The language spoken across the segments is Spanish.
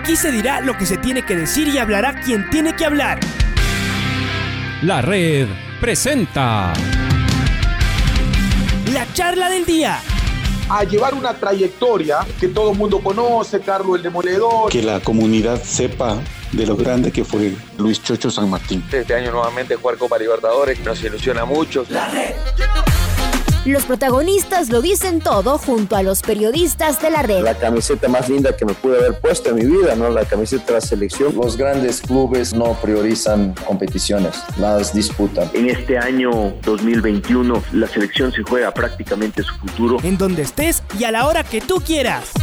Aquí se dirá lo que se tiene que decir y hablará quien tiene que hablar. La Red presenta La charla del día. A llevar una trayectoria que todo el mundo conoce, Carlos el Demoledor. Que la comunidad sepa de lo grande que fue Luis Chocho San Martín. Este año nuevamente jugar Copa Libertadores nos ilusiona mucho. La Red. Los protagonistas lo dicen todo junto a los periodistas de la Red. La camiseta más linda que me pude haber puesto en mi vida, ¿no? La camiseta de la selección. Los grandes clubes no priorizan competiciones, las disputan. En este año 2021 la selección se juega prácticamente su futuro. En donde estés y a la hora que tú quieras.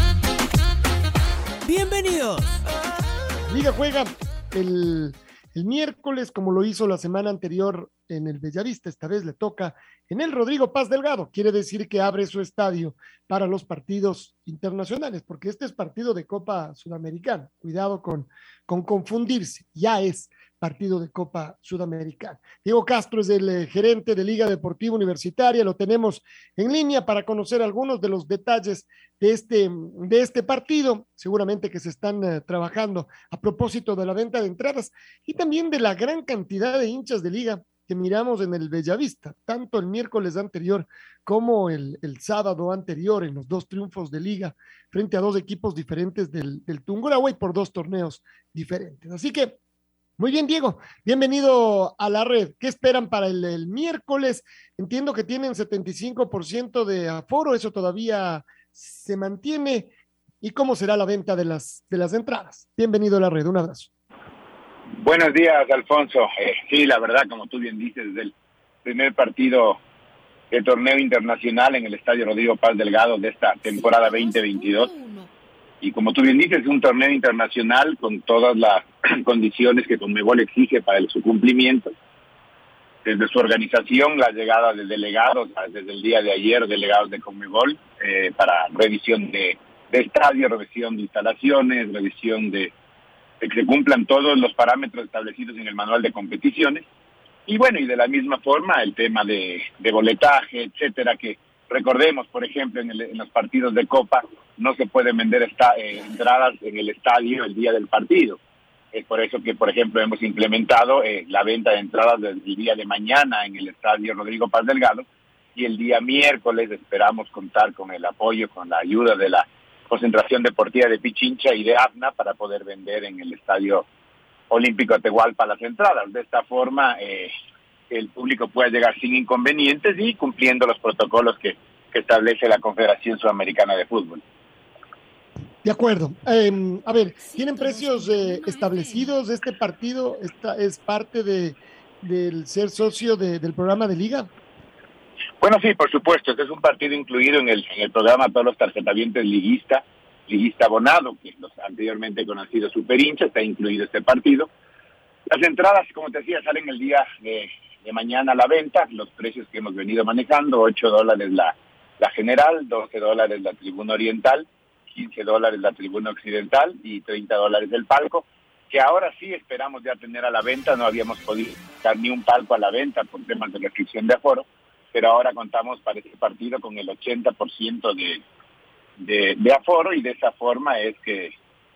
Bienvenidos. Liga juega el miércoles, como lo hizo la semana anterior en el Bellavista. Esta vez le toca en el Rodrigo Paz Delgado. Quiere decir que abre su estadio para los partidos internacionales, porque este es partido de Copa Sudamericana. Cuidado con confundirse. Ya es partido de Copa Sudamericana. Diego Castro es el gerente de Liga Deportiva Universitaria. Lo tenemos en línea para conocer algunos de los detalles de este partido, seguramente que se están trabajando a propósito de la venta de entradas y también de la gran cantidad de hinchas de Liga que miramos en el Bellavista, tanto el miércoles anterior como el sábado anterior, en los dos triunfos de Liga frente a dos equipos diferentes del Tungurahua y por dos torneos diferentes. Así que, muy bien, Diego, bienvenido a la Red. ¿Qué esperan para el miércoles? Entiendo que tienen 75% de aforo, eso todavía se mantiene. ¿Y cómo será la venta de las entradas? Bienvenido a la Red, un abrazo. Buenos días, Alfonso. Sí, la verdad, como tú bien dices, desde el primer partido de torneo internacional en el Estadio Rodrigo Paz Delgado de esta temporada 2022. Y como tú bien dices, es un torneo internacional con todas las condiciones que Conmebol exige para su cumplimiento. Desde su organización, la llegada de delegados, desde el día de ayer, delegados de Conmebol, para revisión de estadio, revisión de instalaciones, revisión de que se cumplan todos los parámetros establecidos en el manual de competiciones. Y bueno, y de la misma forma el tema de boletaje, etcétera, que recordemos, por ejemplo, en los partidos de Copa no se pueden vender entradas en el estadio el día del partido. Es por eso que, por ejemplo, hemos implementado la venta de entradas desde el día de mañana en el Estadio Rodrigo Paz Delgado, y el día miércoles esperamos contar con el apoyo, con la ayuda de la Concentración Deportiva de Pichincha y de AFNA para poder vender en el Estadio Olímpico Atahualpa las entradas. De esta forma, el público pueda llegar sin inconvenientes y cumpliendo los protocolos que establece la Confederación Sudamericana de Fútbol. De acuerdo. A ver, ¿tienen precios establecidos? ¿Este partido es parte del ser socio del programa de Liga? Bueno, sí, por supuesto. Este es un partido incluido en el programa todos los tarjetavientes liguista abonado, que los anteriormente conocidos superhinchas, está incluido este partido. Las entradas, como te decía, salen el día de mañana a la venta. Los precios que hemos venido manejando: $8 la general, $12 la tribuna oriental, $15 la tribuna occidental y $30 el palco, que ahora sí esperamos ya tener a la venta. No habíamos podido dar ni un palco a la venta por temas de restricción de aforo, pero ahora contamos para este partido con el 80% de aforo, y de esa forma es que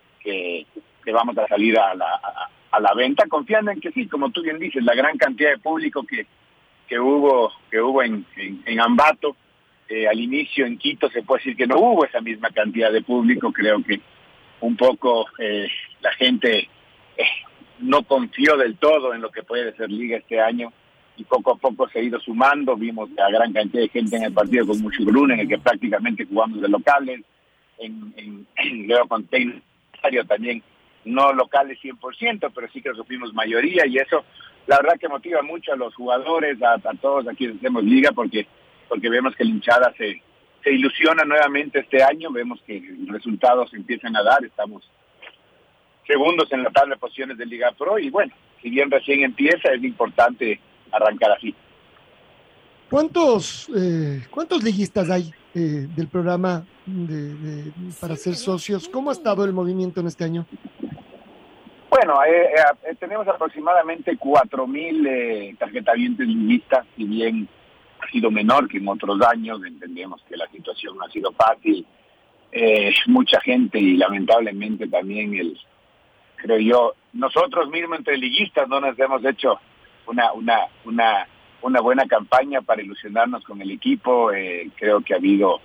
vamos a salir a la venta, confiando en que sí, como tú bien dices, la gran cantidad de público que hubo en Ambato. Al inicio en Quito se puede decir que no hubo esa misma cantidad de público. Creo que un poco la gente no confió del todo en lo que puede ser Liga este año, y poco a poco se ha ido sumando. Vimos la gran cantidad de gente en el partido con Muchugruna, en el que prácticamente jugamos de locales, luego con Tecnario también, no locales 100%, pero sí que fuimos mayoría, y eso la verdad que motiva mucho a los jugadores, a todos aquí que hacemos Liga, porque vemos que la hinchada se ilusiona nuevamente este año. Vemos que los resultados se empiezan a dar. Estamos segundos en la tabla de posiciones de Liga Pro, y bueno, si bien recién empieza, es importante arrancar así. ¿Cuántos liguistas hay del programa para ser socios? ¿Cómo ha estado el movimiento en este año? Bueno, tenemos aproximadamente 4,000 tarjetavientes liguistas. Si bien ha sido menor que en otros años, entendemos que la situación no ha sido fácil. Mucha gente, y lamentablemente también creo yo, nosotros mismos entre liguistas no nos hemos hecho una buena campaña para ilusionarnos con el equipo. Creo que ha habido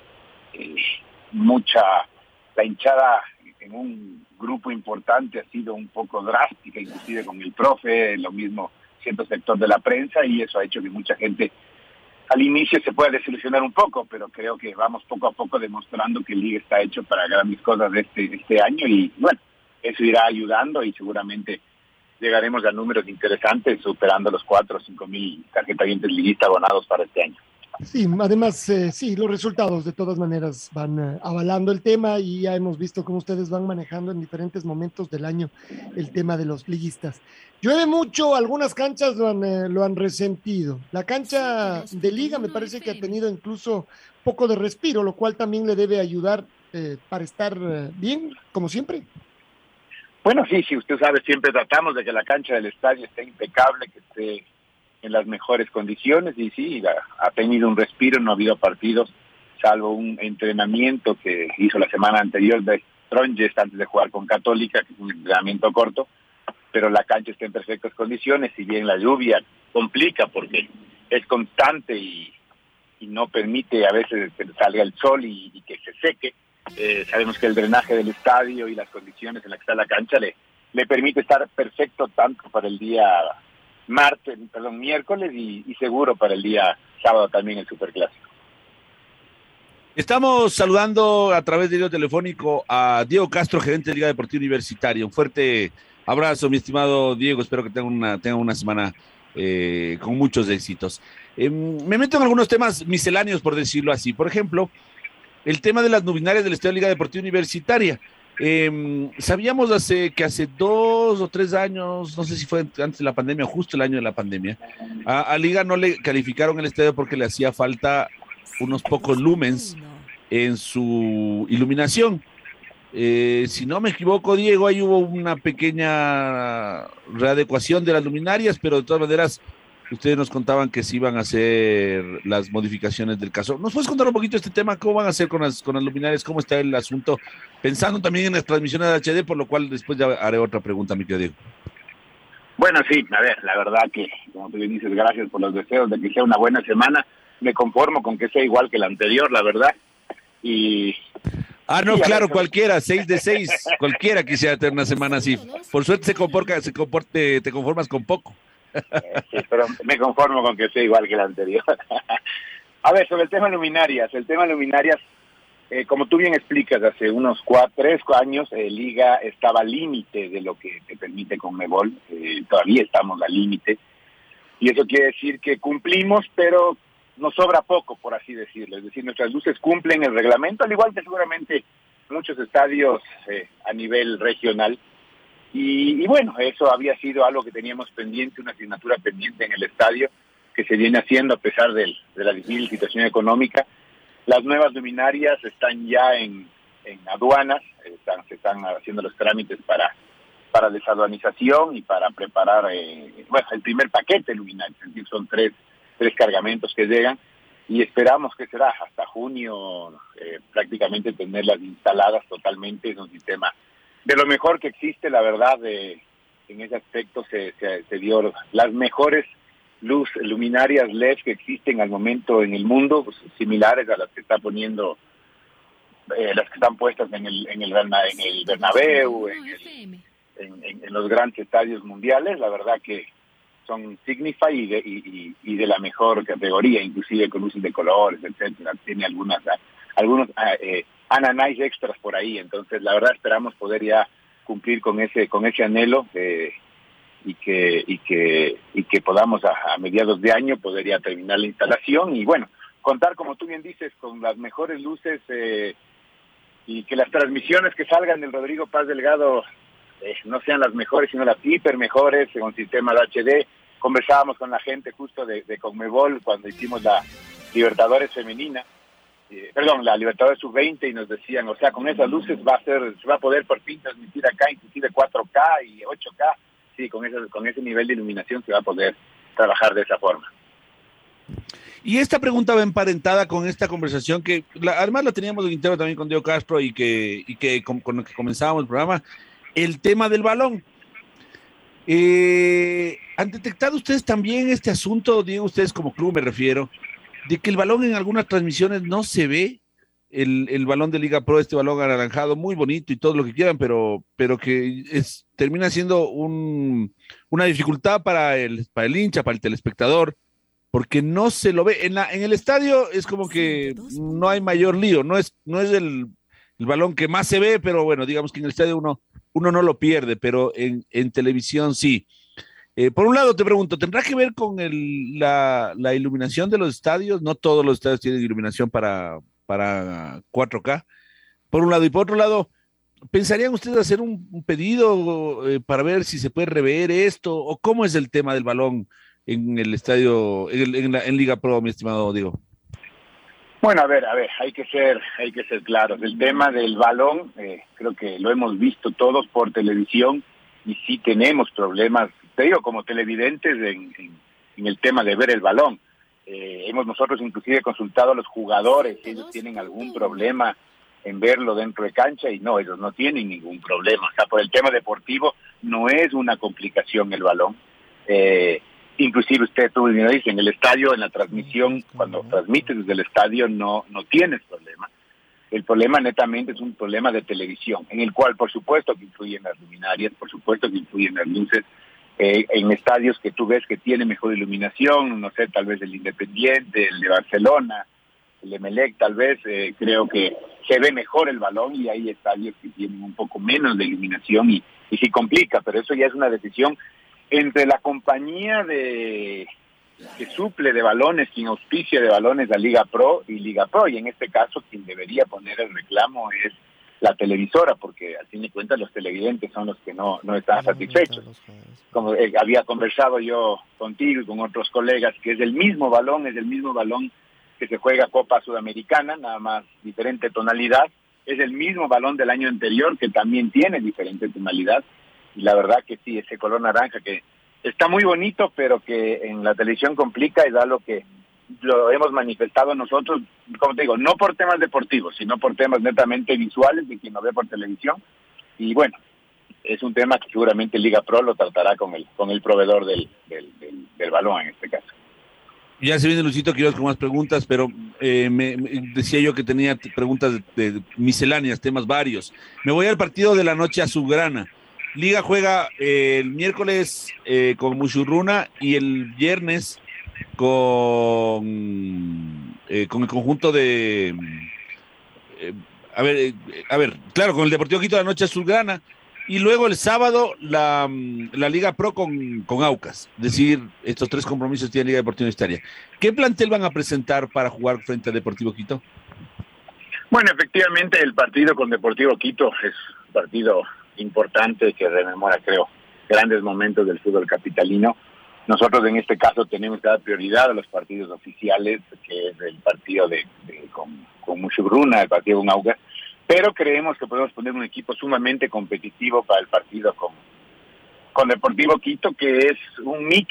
la hinchada en un grupo importante ha sido un poco drástica, inclusive con el profe, lo mismo cierto sector de la prensa, y eso ha hecho que mucha gente al inicio se pueda desilusionar un poco, pero creo que vamos poco a poco demostrando que el Liga está hecho para grandes cosas este año, y bueno, eso irá ayudando y seguramente llegaremos a números interesantes, superando los 4 o 5 mil tarjetavientes liguistas abonados para este año. Sí, además, sí, los resultados de todas maneras van avalando el tema, y ya hemos visto cómo ustedes van manejando en diferentes momentos del año el tema de los liguistas. Llueve mucho, algunas canchas lo han resentido. La cancha de Liga me parece que ha tenido incluso poco de respiro, lo cual también le debe ayudar para estar bien, como siempre. Bueno, sí, usted sabe, siempre tratamos de que la cancha del estadio esté impecable, que esté en las mejores condiciones, y sí, ha tenido un respiro, no ha habido partidos, salvo un entrenamiento que hizo la semana anterior de Tronjes antes de jugar con Católica, que es un entrenamiento corto, pero la cancha está en perfectas condiciones, si bien la lluvia complica porque es constante y no permite a veces que salga el sol y que se seque. Sabemos que el drenaje del estadio y las condiciones en las que está la cancha le permite estar perfecto tanto para el día miércoles y seguro para el día sábado también el Superclásico. Estamos saludando a través de video telefónico a Diego Castro, gerente de Liga Deportiva Universitaria. Un fuerte abrazo, mi estimado Diego. Espero que tenga una semana con muchos éxitos. Me meto en algunos temas misceláneos, por decirlo así. Por ejemplo, el tema de las luminarias del Estadio de Liga Deportiva Universitaria. Sabíamos que hace 2 o 3 años, no sé si fue antes de la pandemia, justo el año de la pandemia, a Liga no le calificaron el estadio porque le hacía falta unos pocos lumens en su iluminación. Si no me equivoco, Diego, ahí hubo una pequeña readecuación de las luminarias, pero de todas maneras ustedes nos contaban que se iban a hacer las modificaciones del caso. ¿Nos puedes contar un poquito este tema? ¿Cómo van a hacer con las luminarias? ¿Cómo está el asunto? Pensando también en las transmisiones de HD, por lo cual después ya haré otra pregunta, mi querido Diego. Bueno, sí, a ver, la verdad que, como tú bien dices, gracias por los deseos de que sea una buena semana. Me conformo con que sea igual que la anterior, la verdad. Y... no, sí, claro, cualquiera, 6 de 6, cualquiera quisiera tener una semana así. Por suerte te conformas con poco. Sí, pero me conformo con que sea igual que la anterior. A ver, sobre el tema luminarias, como tú bien explicas, hace unos 3 años Liga estaba al límite de lo que te permite Conmebol, todavía estamos al límite, y eso quiere decir que cumplimos, pero nos sobra poco, por así decirlo. Es decir, nuestras luces cumplen el reglamento, al igual que seguramente muchos estadios a nivel regional. Y bueno, eso había sido algo que teníamos pendiente, una asignatura pendiente en el estadio, que se viene haciendo a pesar de la difícil situación económica. Las nuevas luminarias están ya en aduanas, se están haciendo los trámites para desaduanización y para preparar el primer paquete de luminarias. Es decir, son tres cargamentos que llegan, y esperamos que será hasta junio prácticamente tenerlas instaladas totalmente. Es un sistema de lo mejor que existe, la verdad. En ese aspecto se dio las mejores luminarias LED que existen al momento en el mundo, pues, similares a las que está poniendo las que están puestas en el Bernabéu, en los grandes estadios mundiales. La verdad que son Signify y de la mejor categoría, inclusive con luces de colores, etcétera. Tiene algunos ananais extras por ahí. Entonces, la verdad, esperamos poder ya cumplir con ese anhelo y que podamos a mediados de año poder ya terminar la instalación y, bueno, contar, como tú bien dices, con las mejores luces y que las transmisiones que salgan del Rodrigo Paz Delgado no sean las mejores, sino las hiper mejores, con sistema de HD. Conversábamos con la gente justo de Conmebol cuando hicimos la Libertadores femenina, la Libertadores Sub-20, y nos decían, o sea, con esas luces se va a poder por fin transmitir acá, inclusive 4K y 8K. Sí, con ese nivel de iluminación se va a poder trabajar de esa forma. Y esta pregunta va emparentada con esta conversación que además la teníamos en interno también con Diego Castro y que con lo que comenzábamos el programa. el tema del balón. ¿Han detectado ustedes también este asunto, Diego, ustedes como club me refiero, de que el balón en algunas transmisiones no se ve? El balón de Liga Pro, este balón anaranjado, muy bonito y todo lo que quieran, pero que termina siendo una dificultad para el hincha, para el telespectador, porque no se lo ve. En el estadio es como que no hay mayor lío, no es el balón que más se ve, pero bueno, digamos que en el estadio uno no lo pierde, pero en televisión sí. Por un lado te pregunto, ¿tendrá que ver con la iluminación de los estadios? No todos los estadios tienen iluminación para 4K, por un lado, y por otro lado, ¿pensarían ustedes hacer un pedido para ver si se puede rever esto, o cómo es el tema del balón en el estadio, en Liga Pro, mi estimado Diego? Bueno, a ver, hay que ser claros. El tema del balón, creo que lo hemos visto todos por televisión, y sí tenemos problemas, te digo, como televidentes en el tema de ver el balón. Hemos nosotros inclusive consultado a los jugadores si ellos tienen algún problema en verlo dentro de cancha, y no, ellos no tienen ningún problema. O sea, por el tema deportivo no es una complicación el balón. Inclusive tú me dice, en el estadio, en la transmisión, cuando transmites desde el estadio no tienes problema. El problema netamente es un problema de televisión, en el cual por supuesto que influyen las luminarias, por supuesto que influyen las luces. En estadios que tú ves que tiene mejor iluminación, no sé, tal vez el Independiente, el de Barcelona, el Emelec, tal vez, creo que se ve mejor el balón, y hay estadios que tienen un poco menos de iluminación y sí complica, pero eso ya es una decisión entre la compañía que suple de balones, quien auspicia de balones, la Liga Pro, y en este caso quien debería poner el reclamo es la televisora, porque al fin de cuentas los televidentes son los que no están satisfechos. Como había conversado yo contigo y con otros colegas, que es el mismo balón que se juega Copa Sudamericana, nada más diferente tonalidad, es el mismo balón del año anterior que también tiene diferente tonalidad, y la verdad que sí, ese color naranja que está muy bonito, pero que en la televisión complica, y da lo que lo hemos manifestado nosotros, como te digo, no por temas deportivos, sino por temas netamente visuales de quien lo ve por televisión. Y bueno, es un tema que seguramente Liga Pro lo tratará con el proveedor del balón en este caso. Ya se viene Luisito Quiroz con más preguntas, pero me decía yo que tenía preguntas de misceláneas, temas varios. Me voy al partido de la noche azulgrana. Liga juega el miércoles con Muchurruna, y el viernes con el conjunto de claro, con el Deportivo Quito de la noche azulgrana, y luego el sábado la Liga Pro con Aucas. Es decir, estos tres compromisos tiene Liga Deportiva Universitaria. ¿Qué plantel van a presentar para jugar frente al Deportivo Quito? Bueno, efectivamente el partido con Deportivo Quito es un partido importante que rememora, creo, grandes momentos del fútbol capitalino. Nosotros en este caso tenemos que dar prioridad a los partidos oficiales, que es el partido con Muchurruna, el partido con Aucas, pero creemos que podemos poner un equipo sumamente competitivo para el partido con Deportivo Quito, que es un mix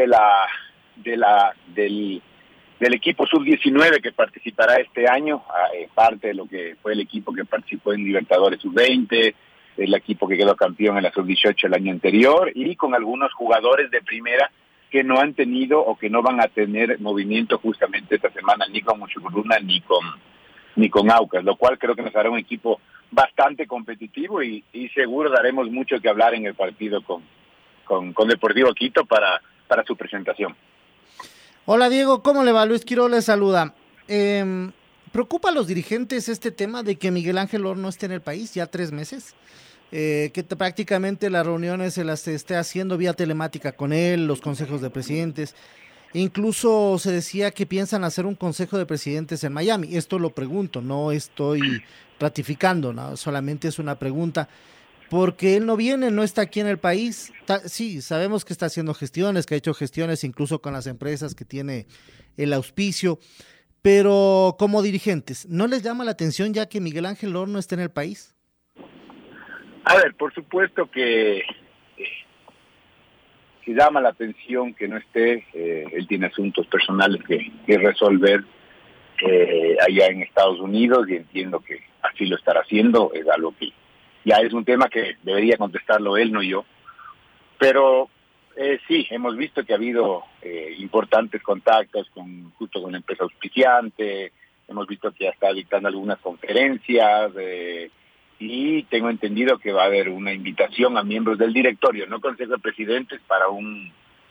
del equipo sub-19 que participará este año, parte de lo que fue el equipo que participó en Libertadores sub-20, el equipo que quedó campeón en la sub-18 el año anterior, y con algunos jugadores de primera que no han tenido o que no van a tener movimiento justamente esta semana, ni con Muchurruna ni con Aucas, lo cual creo que nos hará un equipo bastante competitivo, y seguro daremos mucho que hablar en el partido con Deportivo Quito para su presentación. Hola Diego, ¿cómo le va? Luis Quiroz le saluda. ¿Preocupa a los dirigentes este tema de que Miguel Ángel Or no esté en el país ya 3 meses? Que prácticamente las reuniones se las esté haciendo vía telemática con él, los consejos de presidentes. Incluso se decía que piensan hacer un consejo de presidentes en Miami. Esto lo pregunto, no estoy ratificando, ¿no? Solamente es una pregunta. Porque él no viene, no está aquí en el país. Sí, sabemos que está haciendo gestiones, que ha hecho gestiones incluso con las empresas que tiene el auspicio. Pero como dirigentes, ¿no les llama la atención ya que Miguel Ángel Or no está en el país? A ver, por supuesto que llama la atención que no esté. Él tiene asuntos personales que resolver allá en Estados Unidos, y entiendo que así lo estará haciendo. Es algo que ya es un tema que debería contestarlo él, no yo. Pero sí, hemos visto que ha habido importantes contactos justo con la empresa auspiciante, hemos visto que ya está dictando algunas conferencias, y tengo entendido que va a haber una invitación a miembros del directorio, no consejo de presidentes, para un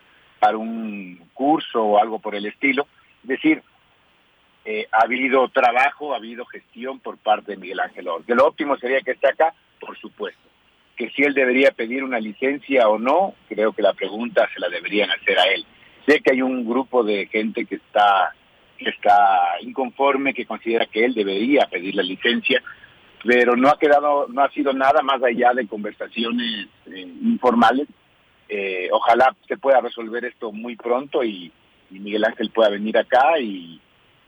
curso o algo por el estilo. Es decir, ha habido trabajo, ha habido gestión por parte de Miguel Ángel Or. Que lo óptimo sería que esté acá, por supuesto. Que si él debería pedir una licencia o no, creo que la pregunta se la deberían hacer a él. Sé que hay un grupo de gente que está inconforme, que considera que él debería pedir la licencia, pero no ha sido nada más allá de conversaciones informales. Ojalá se pueda resolver esto muy pronto y Miguel Ángel pueda venir acá y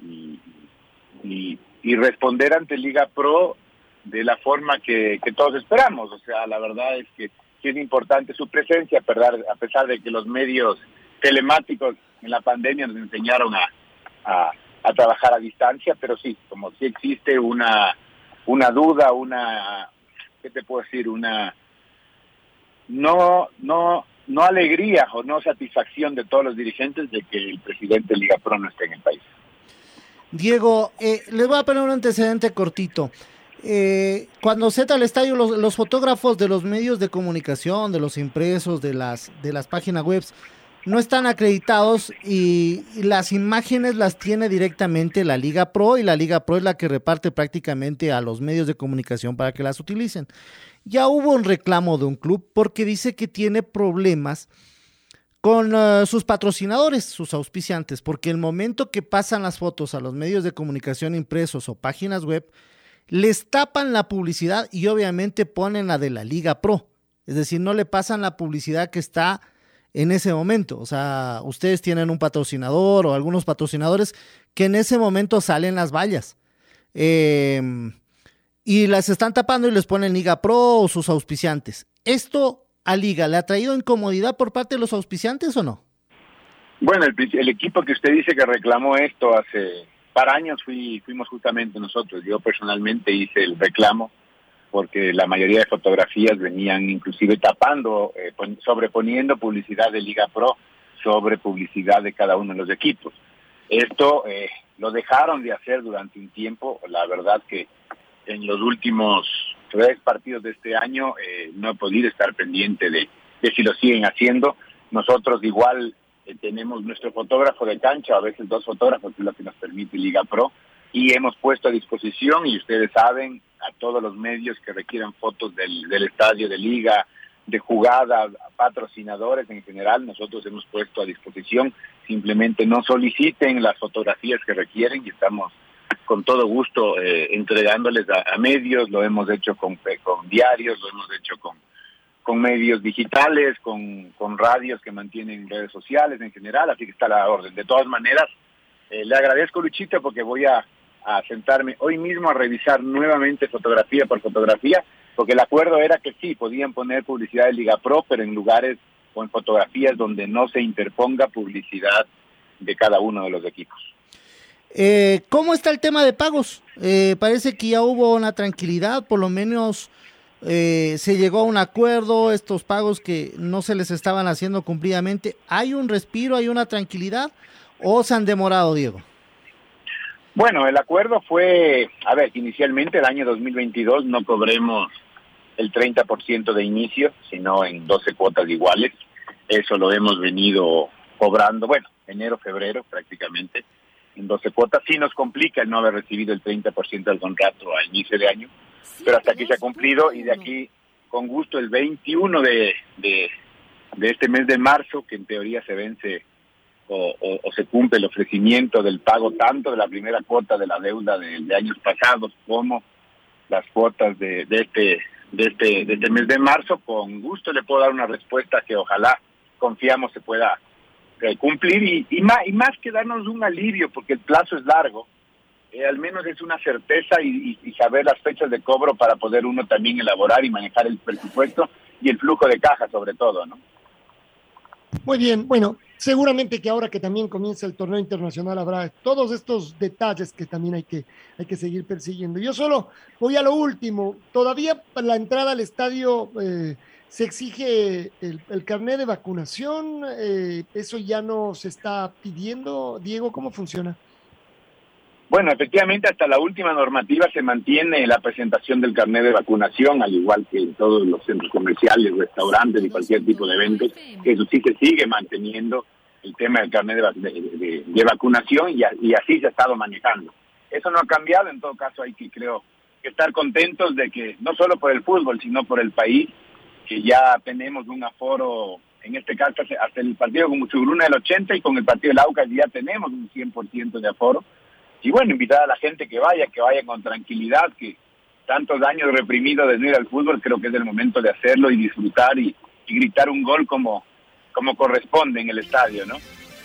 responder ante Liga Pro de la forma que todos esperamos. O sea, la verdad es que sí es importante su presencia, a pesar de que los medios telemáticos en la pandemia nos enseñaron a trabajar a distancia, pero sí, como si existe una duda, ¿qué te puedo decir? No alegría o no satisfacción de todos los dirigentes de que el presidente de Liga Pro no esté en el país. Diego, les voy a poner un antecedente cortito. Cuando se entra al estadio, los fotógrafos de los medios de comunicación, de los impresos, de las páginas web, no están acreditados y las imágenes las tiene directamente la Liga Pro, y la Liga Pro es la que reparte prácticamente a los medios de comunicación para que las utilicen. Ya hubo un reclamo de un club porque dice que tiene problemas con sus patrocinadores, sus auspiciantes, porque el momento que pasan las fotos a los medios de comunicación impresos o páginas web, les tapan la publicidad y obviamente ponen la de la Liga Pro. Es decir, no le pasan la publicidad que está en ese momento. O sea, ustedes tienen un patrocinador o algunos patrocinadores que en ese momento salen las vallas. Y las están tapando y les ponen Liga Pro o sus auspiciantes. ¿Esto a Liga le ha traído incomodidad por parte de los auspiciantes o no? Bueno, el equipo que usted dice que reclamó esto hace par años fuimos justamente nosotros. Yo personalmente hice el reclamo porque la mayoría de fotografías venían inclusive tapando, sobreponiendo publicidad de Liga Pro sobre publicidad de cada uno de los equipos. Esto lo dejaron de hacer durante un tiempo. La verdad que en los últimos 3 partidos de este año no he podido estar pendiente de si lo siguen haciendo. Nosotros igual tenemos nuestro fotógrafo de cancha, a veces 2 fotógrafos, que es lo que nos permite Liga Pro, y hemos puesto a disposición, y ustedes saben, a todos los medios que requieran fotos del estadio de Liga, de jugada, a patrocinadores en general, nosotros hemos puesto a disposición. Simplemente no soliciten las fotografías que requieren y estamos con todo gusto entregándoles a medios. Lo hemos hecho con diarios, lo hemos hecho con medios digitales, con radios que mantienen redes sociales en general, así que está a la orden. De todas maneras, le agradezco, Luchito, porque voy a sentarme hoy mismo a revisar nuevamente fotografía por fotografía, porque el acuerdo era que sí, podían poner publicidad de Liga Pro, pero en lugares o en fotografías donde no se interponga publicidad de cada uno de los equipos. ¿Cómo está el tema de pagos? Parece que ya hubo una tranquilidad, por lo menos se llegó a un acuerdo, estos pagos que no se les estaban haciendo cumplidamente. ¿Hay un respiro, hay una tranquilidad o se han demorado, Diego? Bueno, el acuerdo fue, inicialmente el año 2022 no cobremos el 30% de inicio, sino en 12 cuotas iguales. Eso lo hemos venido cobrando, enero, febrero prácticamente, en 12 cuotas. Sí nos complica el no haber recibido el 30% del contrato a inicio de año, pero hasta aquí se ha cumplido, y de aquí, con gusto, el 21 de este mes de marzo, que en teoría se vence o se cumple el ofrecimiento del pago tanto de la primera cuota de la deuda de años pasados como las cuotas de este mes de marzo. Con gusto le puedo dar una respuesta que ojalá, confiamos, se pueda cumplir y más que darnos un alivio, porque el plazo es largo, al menos es una certeza y saber las fechas de cobro para poder uno también elaborar y manejar el presupuesto y el flujo de caja sobre todo, ¿no? Muy bien, bueno, seguramente que ahora que también comienza el torneo internacional habrá todos estos detalles que también hay que seguir persiguiendo. Yo solo voy a lo último. Todavía para la entrada al estadio se exige el carnet de vacunación. Eso ya no se está pidiendo. Diego, ¿cómo funciona? Bueno, efectivamente, hasta la última normativa se mantiene la presentación del carnet de vacunación, al igual que en todos los centros comerciales, restaurantes y cualquier tipo de eventos. Eso sí se sigue manteniendo el tema del carnet de vacunación y así se ha estado manejando. Eso no ha cambiado, en todo caso hay que, creo, que estar contentos de que, no solo por el fútbol, sino por el país, que ya tenemos un aforo, en este caso hasta el partido con Muchugruna del 80% y con el partido del Aucas ya tenemos un 100% de aforo. Y bueno, invitar a la gente que vaya con tranquilidad, que tantos años reprimidos de no ir al fútbol, creo que es el momento de hacerlo y disfrutar y gritar un gol como corresponde en el estadio, ¿no?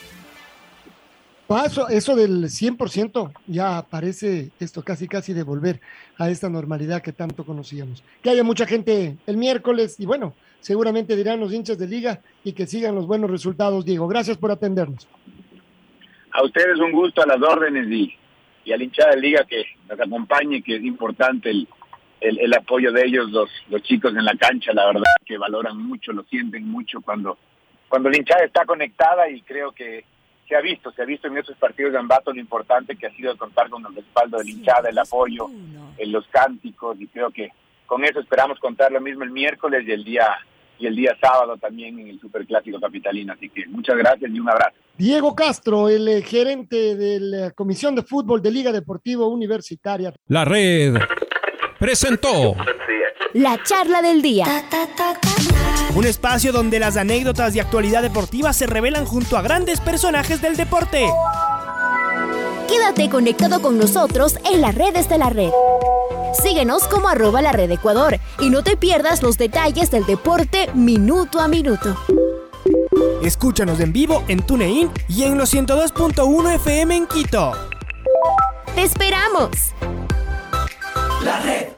Eso del 100% ya parece esto casi de volver a esta normalidad que tanto conocíamos. Que haya mucha gente el miércoles y bueno, seguramente dirán los hinchas de Liga y que sigan los buenos resultados, Diego. Gracias por atendernos. A ustedes un gusto, a las órdenes y a la hinchada de Liga que nos acompañe, que es importante el apoyo de ellos, los chicos en la cancha, la verdad que valoran mucho, lo sienten mucho cuando la hinchada está conectada y creo que se ha visto en estos partidos de Ambato lo importante que ha sido contar con el respaldo de la hinchada, el apoyo, en los cánticos y creo que con eso esperamos contar lo mismo el miércoles y el día sábado también en el Superclásico Capitalino, así que muchas gracias y un abrazo. Diego Castro, el gerente de la Comisión de Fútbol de Liga Deportiva Universitaria. La Red presentó la charla del día. Un espacio donde las anécdotas de actualidad deportiva se revelan junto a grandes personajes del deporte. Quédate conectado con nosotros en las redes de la red. Síguenos como @LaRedEcuador y no te pierdas los detalles del deporte minuto a minuto. Escúchanos en vivo en TuneIn y en los 102.1 FM en Quito. ¡Te esperamos! La Red.